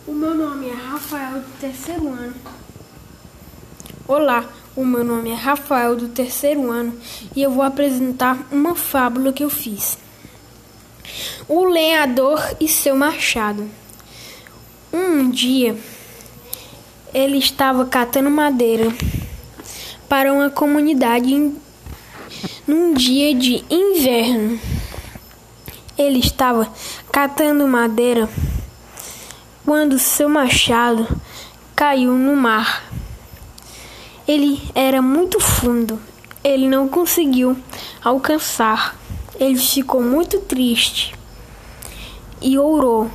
O meu nome é Rafael, do terceiro ano. Olá, o meu nome é Rafael, do terceiro ano, e eu vou apresentar uma fábula que eu fiz. O lenhador e seu machado. Um dia, ele estava catando madeira para uma comunidade num dia de inverno. Ele estava catando madeira quando seu machado caiu no mar. Ele era muito fundo, ele não conseguiu alcançar. Ele ficou muito triste e orou,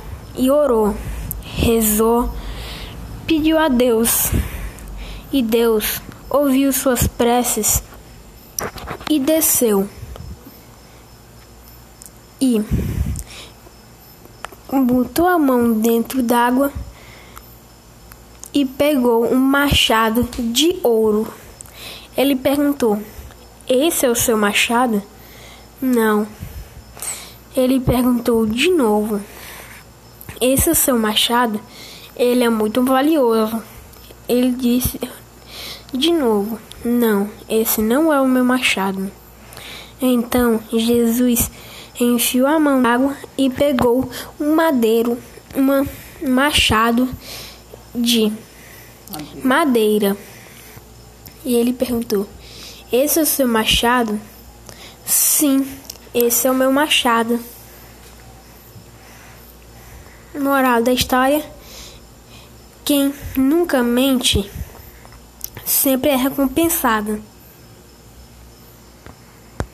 rezou, pediu a Deus. E Deus ouviu suas preces e desceu. E botou a mão dentro d'água e pegou um machado de ouro. Ele perguntou: "Esse é o seu machado?" "Não." Ele perguntou de novo: "Esse é o seu machado? Ele é muito valioso." Ele disse de novo: "Não, esse não é o meu machado." Então Jesus enfiou a mão na água e pegou um machado de madeira. E ele perguntou: "Esse é o seu machado?" "Sim, esse é o meu machado." Moral da história: quem nunca mente sempre é recompensado.